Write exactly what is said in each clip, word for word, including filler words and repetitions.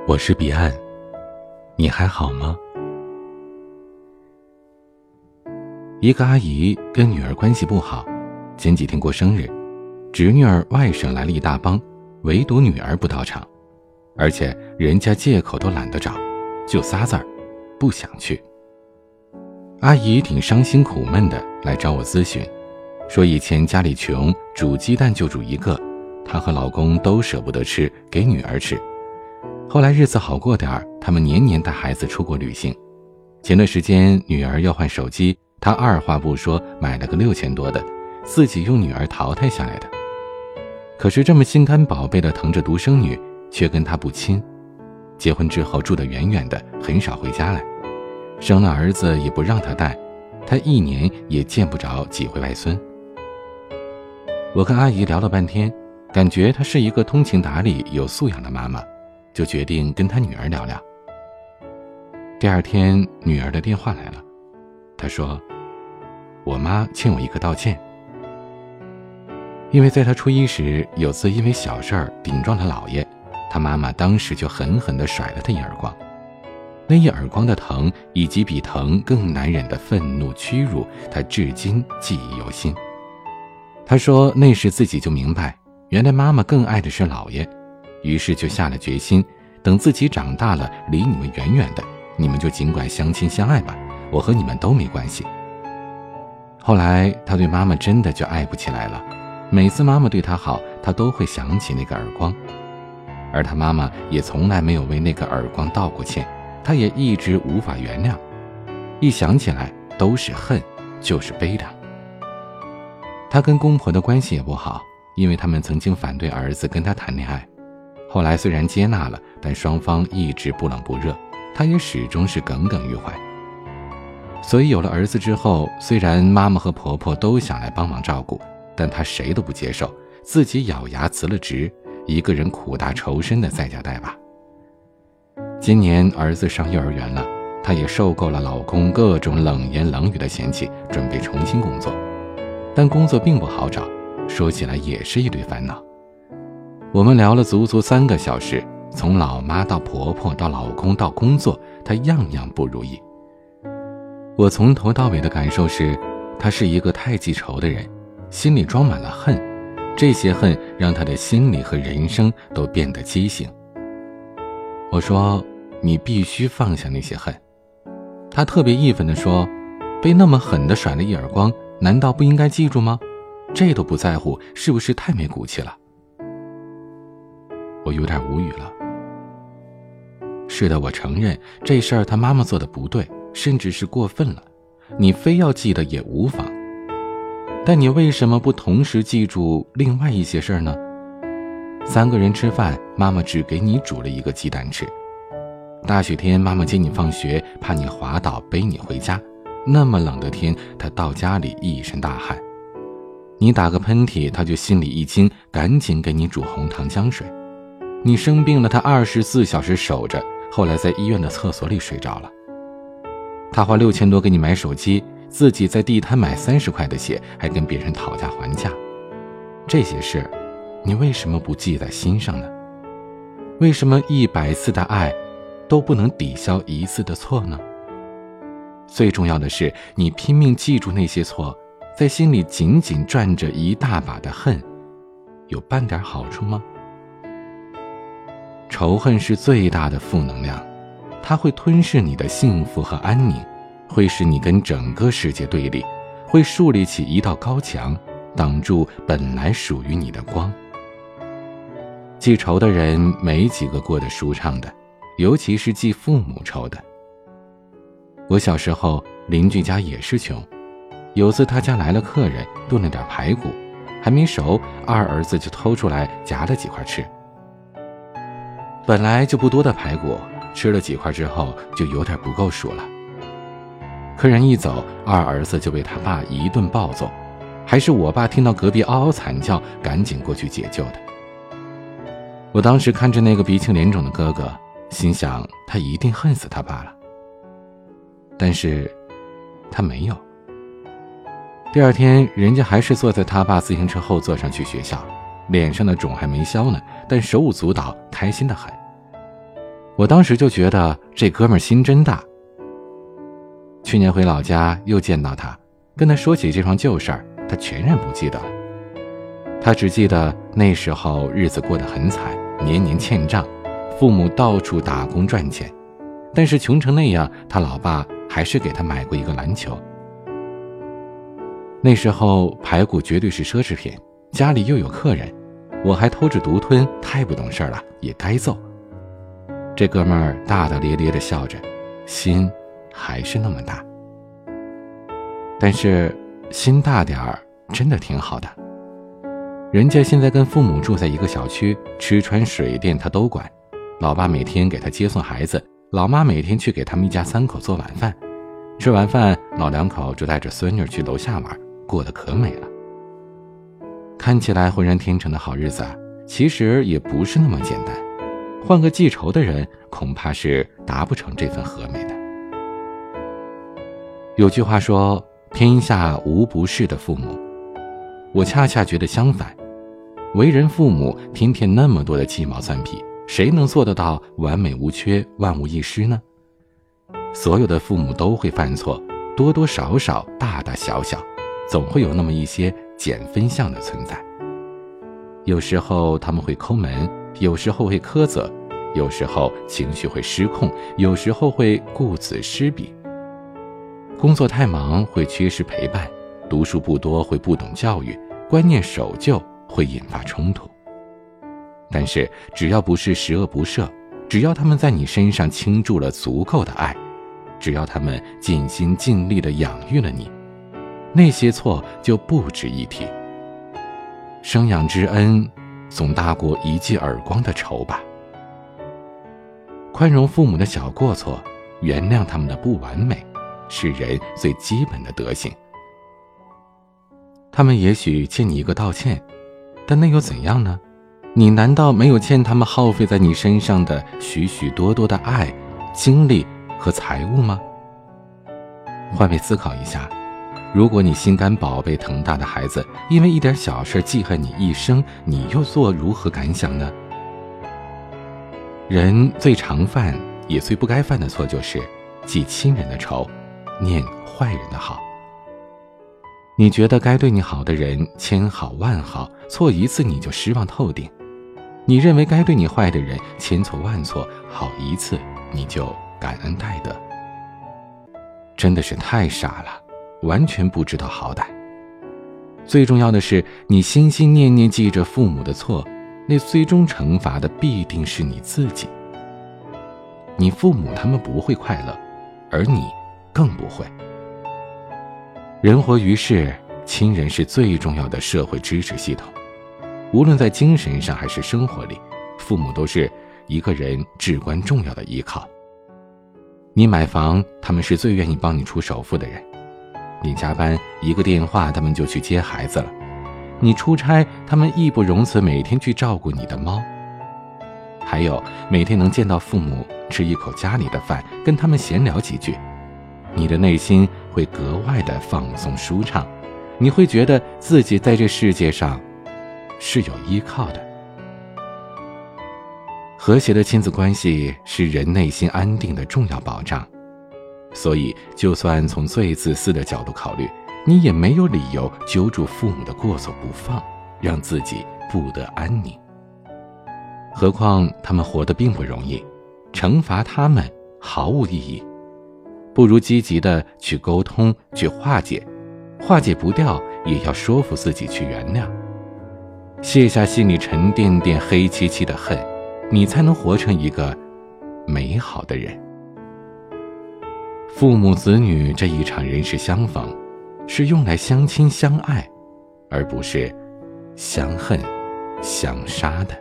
我是彼岸，你还好吗？一个阿姨跟女儿关系不好，前几天过生日，侄女儿外甥来了一大帮，唯独女儿不到场，而且人家借口都懒得找，就仨字儿，不想去。阿姨挺伤心苦闷的来找我咨询，说以前家里穷，煮鸡蛋就煮一个，她和老公都舍不得吃，给女儿吃。后来日子好过点儿，他们年年带孩子出国旅行。前段时间女儿要换手机，她二话不说买了个六千多的，自己用女儿淘汰下来的。可是这么心肝宝贝的疼着独生女，却跟她不亲。结婚之后住得远远的，很少回家来。生了儿子也不让她带，她一年也见不着几回外孙。我跟阿姨聊了半天，感觉她是一个通情达理、有素养的妈妈，就决定跟她女儿聊聊。第二天女儿的电话来了，她说我妈欠我一个道歉，因为在她初一时有次因为小事儿顶撞了姥爷，她妈妈当时就狠狠地甩了她一耳光。那一耳光的疼以及比疼更难忍的愤怒屈辱，她至今记忆犹新。她说那时自己就明白，原来妈妈更爱的是姥爷，于是就下了决心，等自己长大了离你们远远的，你们就尽管相亲相爱吧，我和你们都没关系。后来他对妈妈真的就爱不起来了，每次妈妈对他好，他都会想起那个耳光，而他妈妈也从来没有为那个耳光道过歉，他也一直无法原谅，一想起来都是恨，就是悲凉。他跟公婆的关系也不好，因为他们曾经反对儿子跟他谈恋爱，后来虽然接纳了，但双方一直不冷不热，他也始终是耿耿于怀。所以有了儿子之后，虽然妈妈和婆婆都想来帮忙照顾，但他谁都不接受，自己咬牙辞了职，一个人苦大仇深的在家带娃。今年儿子上幼儿园了，她也受够了老公各种冷言冷语的嫌弃，准备重新工作。但工作并不好找，说起来也是一堆烦恼。我们聊了足足三个小时，从老妈到婆婆到老公到工作，她样样不如意。我从头到尾的感受是，她是一个太记仇的人，心里装满了恨，这些恨让她的心理和人生都变得畸形。我说你必须放下那些恨。她特别义愤地说，被那么狠地甩了一耳光，难道不应该记住吗？这都不在乎，是不是太没骨气了？我有点无语了。是的，我承认这事儿他妈妈做的不对，甚至是过分了，你非要记得也无妨。但你为什么不同时记住另外一些事儿呢？三个人吃饭，妈妈只给你煮了一个鸡蛋吃。大雪天妈妈接你放学，怕你滑倒背你回家，那么冷的天，她到家里一身大汗，你打个喷嚏，她就心里一惊，赶紧给你煮红糖姜水。你生病了，她二十四小时守着，后来在医院的厕所里睡着了。她花六千多给你买手机，自己在地摊买三十块的鞋，还跟别人讨价还价。这些事你为什么不记在心上呢？为什么一百次的爱都不能抵消一次的错呢？最重要的是，你拼命记住那些错，在心里紧紧攥着一大把的恨，有半点好处吗？仇恨是最大的负能量，它会吞噬你的幸福和安宁，会使你跟整个世界对立，会树立起一道高墙，挡住本来属于你的光。记仇的人没几个过得舒畅的，尤其是记父母仇的。我小时候邻居家也是穷，有次他家来了客人，炖了点排骨，还没熟，二儿子就偷出来夹了几块吃。本来就不多的排骨，吃了几块之后就有点不够数了。客人一走，二儿子就被他爸一顿暴揍，还是我爸听到隔壁嗷嗷惨叫，赶紧过去解救的。我当时看着那个鼻青脸肿的哥哥，心想他一定恨死他爸了。但是他没有。第二天人家还是坐在他爸自行车后座上去学校，脸上的肿还没消呢，但手舞足蹈，开心得很。 我当时就觉得这哥们儿心真大。去年回老家又见到他，跟他说起这桩旧事儿，他全然不记得了。他只记得那时候日子过得很惨，年年欠账，父母到处打工赚钱，但是穷成那样，他老爸还是给他买过一个篮球。那时候排骨绝对是奢侈品，家里又有客人，我还偷着独吞，太不懂事了，也该揍。这哥们儿大大咧咧地笑着，心还是那么大。但是心大点儿真的挺好的，人家现在跟父母住在一个小区，吃穿水电他都管，老爸每天给他接送孩子，老妈每天去给他们一家三口做晚饭，吃完饭老两口就带着孙女去楼下玩，过得可美了。看起来浑然天成的好日子啊，其实也不是那么简单，换个记仇的人恐怕是达不成这份和美的。有句话说，天下无不是的父母，我恰恰觉得相反，为人父母天天那么多的鸡毛蒜皮，谁能做得到完美无缺，万无一失呢？所有的父母都会犯错，多多少少，大大小小，总会有那么一些减分项的存在。有时候他们会抠门，有时候会苛责，有时候情绪会失控，有时候会顾此失彼。工作太忙会缺失陪伴，读书不多会不懂教育，观念守旧会引发冲突。但是只要不是十恶不赦，只要他们在你身上倾注了足够的爱，只要他们尽心尽力地养育了你，那些错就不值一提。生养之恩总大过一记耳光的仇吧。宽容父母的小过错，原谅他们的不完美，是人最基本的德行。他们也许欠你一个道歉，但那又怎样呢？你难道没有欠他们耗费在你身上的许许多多的爱、精力和财物吗？换位思考一下，如果你心肝宝贝疼大的孩子因为一点小事记恨你一生，你又作如何感想呢？人最常犯也最不该犯的错，就是记亲人的仇，念坏人的好。你觉得该对你好的人千好万好，错一次你就失望透顶；你认为该对你坏的人千错万错，好一次你就感恩戴德。真的是太傻了，完全不知道好歹。最重要的是，你心心念念记着父母的错，那最终惩罚的必定是你自己。你父母他们不会快乐，而你更不会。人活于世，亲人是最重要的社会支持系统，无论在精神上还是生活里，父母都是一个人至关重要的依靠。你买房，他们是最愿意帮你出首付的人；你加班，一个电话他们就去接孩子了；你出差，他们义不容辞每天去照顾你的猫。还有每天能见到父母，吃一口家里的饭，跟他们闲聊几句，你的内心会格外的放松舒畅，你会觉得自己在这世界上是有依靠的。和谐的亲子关系是人内心安定的重要保障，所以就算从最自私的角度考虑，你也没有理由揪住父母的过错不放，让自己不得安宁。何况他们活得并不容易，惩罚他们毫无意义，不如积极的去沟通，去化解，化解不掉也要说服自己去原谅，卸下心里沉甸甸黑漆漆的恨，你才能活成一个美好的人。父母子女这一场人世相逢，是用来相亲相爱，而不是相恨相杀的。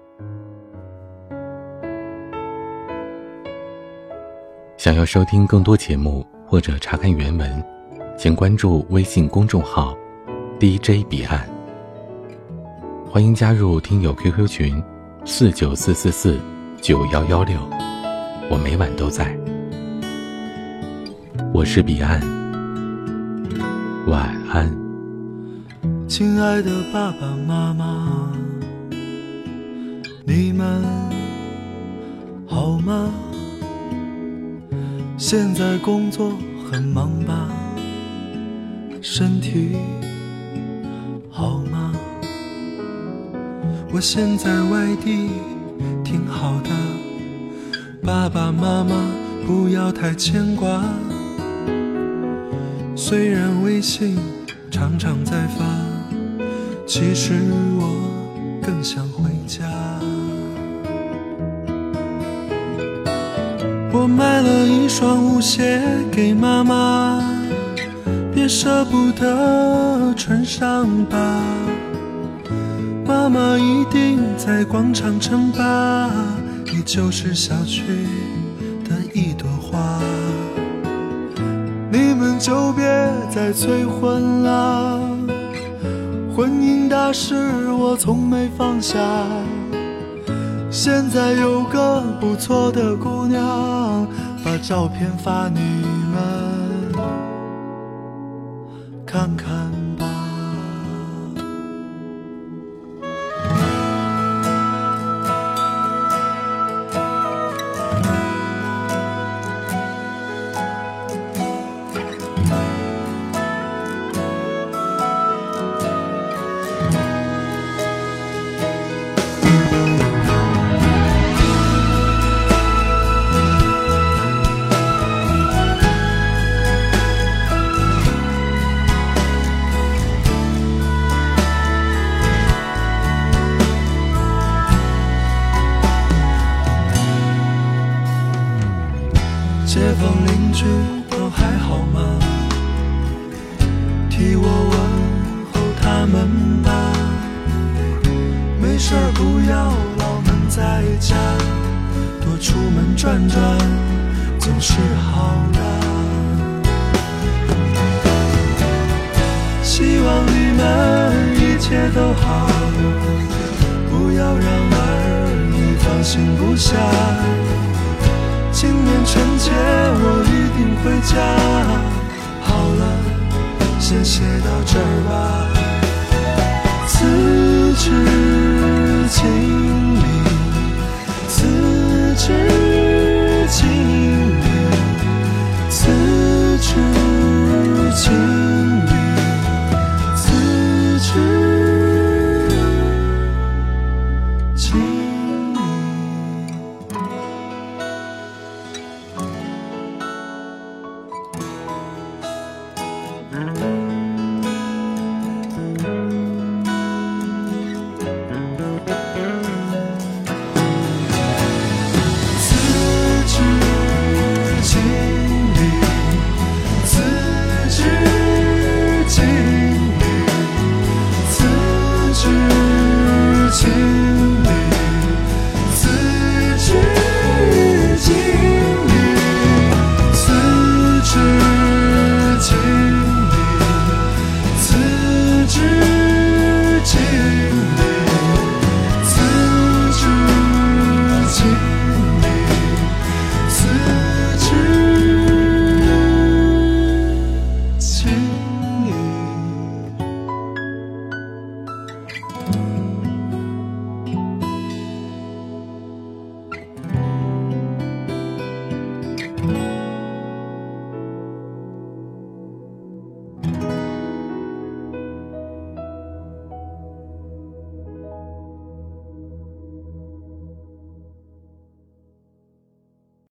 想要收听更多节目或者查看原文，请关注微信公众号 D J 彼岸，欢迎加入听友 Q Q 群四九四四四九一一六，我每晚都在。我是彼岸，晚安。 亲爱的爸爸妈妈，你们好好吗？现在工作很忙吧？身体好吗？我现在外地挺好的，爸爸妈妈不要太牵挂。虽然微信常常在发，其实我更想回家。我买了一双舞鞋给妈妈，别舍不得穿上吧。妈妈一定在广场称霸，你就是小区的一朵花。你们就别再催婚了，婚姻大事我从没放下。现在有个不错的姑娘，把照片发你们看看吧。街坊邻居都还好吗？替我问候他们吧。没事儿不要老闷在家，多出门转转总是好的。希望你们一切都好，不要让儿女放心不下。今年春节我一定回家。好了，先写到这儿吧。辞职经理，辞职